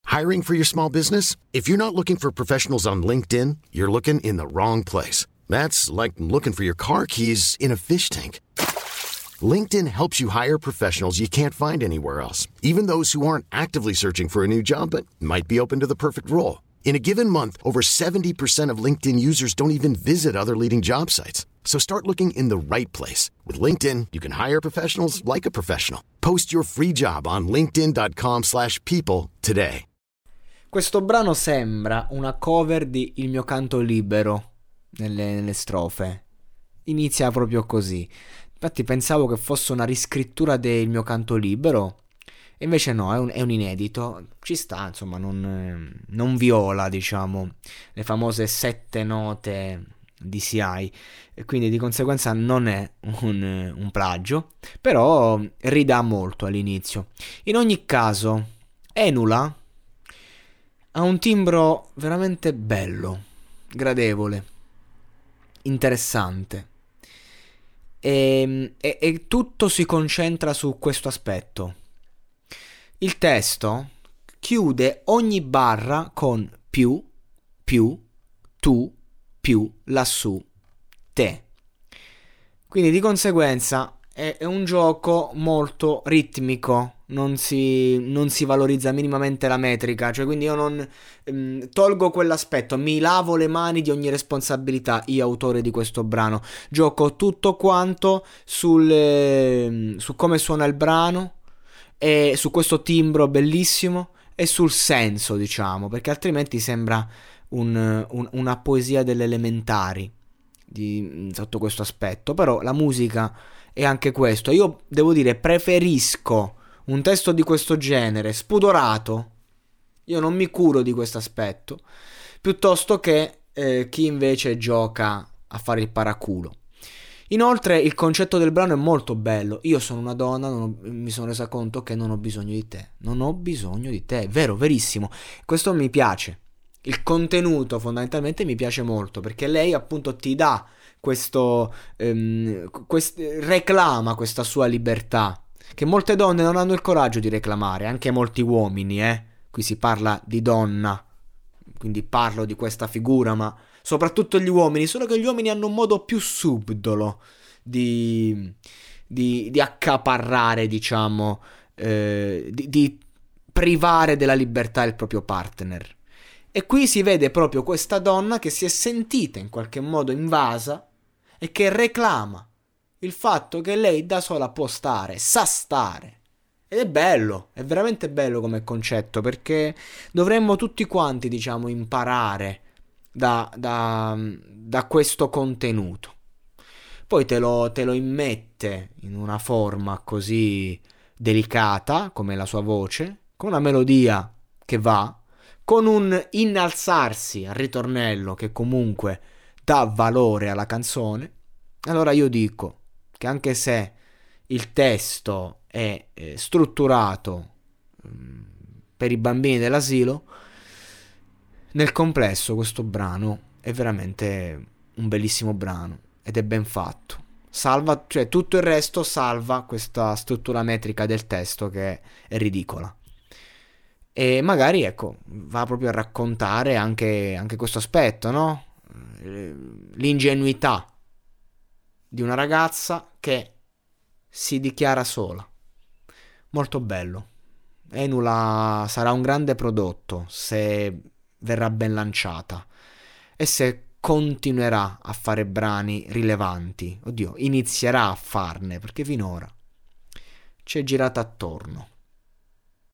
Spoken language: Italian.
Hiring for your small business? If you're not looking for professionals on LinkedIn, you're looking in the wrong place. That's like looking for your car keys in a fish tank. LinkedIn helps you hire professionals you can't find anywhere else, even those who aren't actively searching for a new job but might be open to the perfect role. In a given month, over 70% of LinkedIn users don't even visit other leading job sites. So start looking in the right place. With LinkedIn, you can hire professionals like a professional. Post your free job on linkedin.com/people today. Questo brano sembra una cover di Il mio canto libero nelle strofe. Inizia proprio così. Infatti pensavo che fosse una riscrittura del mio canto libero, e invece no, è un inedito. Ci sta, insomma, non viola, diciamo, le famose 7 note di CI, e quindi di conseguenza non è un plagio, però ridà molto all'inizio. In ogni caso, Enula ha un timbro veramente bello, gradevole, interessante. E tutto si concentra su questo aspetto. Il testo chiude ogni barra con più, tu, più, lassù, te. Quindi di conseguenza è un gioco molto ritmico, non si valorizza minimamente la metrica, cioè quindi io non tolgo quell'aspetto, mi lavo le mani di ogni responsabilità, io autore di questo brano, gioco tutto quanto su come suona il brano e su questo timbro bellissimo e sul senso, diciamo, perché altrimenti sembra una poesia delle elementari sotto questo aspetto. Però la musica è anche questo. Io devo dire, preferisco un testo di questo genere spudorato, io non mi curo di questo aspetto, piuttosto che chi invece gioca a fare il paraculo. Inoltre il concetto del brano è molto bello. Io sono una donna, mi sono resa conto che non ho bisogno di te. Non ho bisogno di te, vero, verissimo. Questo mi piace. Il contenuto fondamentalmente mi piace molto, perché lei appunto ti dà reclama questa sua libertà, che molte donne non hanno il coraggio di reclamare, anche molti uomini, Qui si parla di donna, quindi parlo di questa figura, ma soprattutto gli uomini, solo che gli uomini hanno un modo più subdolo di accaparrare, diciamo, di privare della libertà il proprio partner. E qui si vede proprio questa donna che si è sentita in qualche modo invasa e che reclama il fatto che lei da sola può stare, sa stare. Ed è bello, è veramente bello come concetto, perché dovremmo tutti quanti, diciamo, imparare da questo contenuto. Poi te lo immette in una forma così delicata come la sua voce, con una melodia che va, con un innalzarsi al ritornello che comunque dà valore alla canzone. Allora io dico che anche se il testo è strutturato per i bambini dell'asilo, nel complesso questo brano è veramente un bellissimo brano ed è ben fatto. Salva, cioè tutto il resto salva questa struttura metrica del testo che è ridicola. E magari, ecco, va proprio a raccontare anche questo aspetto, no? L'ingenuità di una ragazza che si dichiara sola. Molto bello. Enula sarà un grande prodotto se verrà ben lanciata e se continuerà a fare brani rilevanti. Oddio, inizierà a farne, perché finora ci è girata attorno.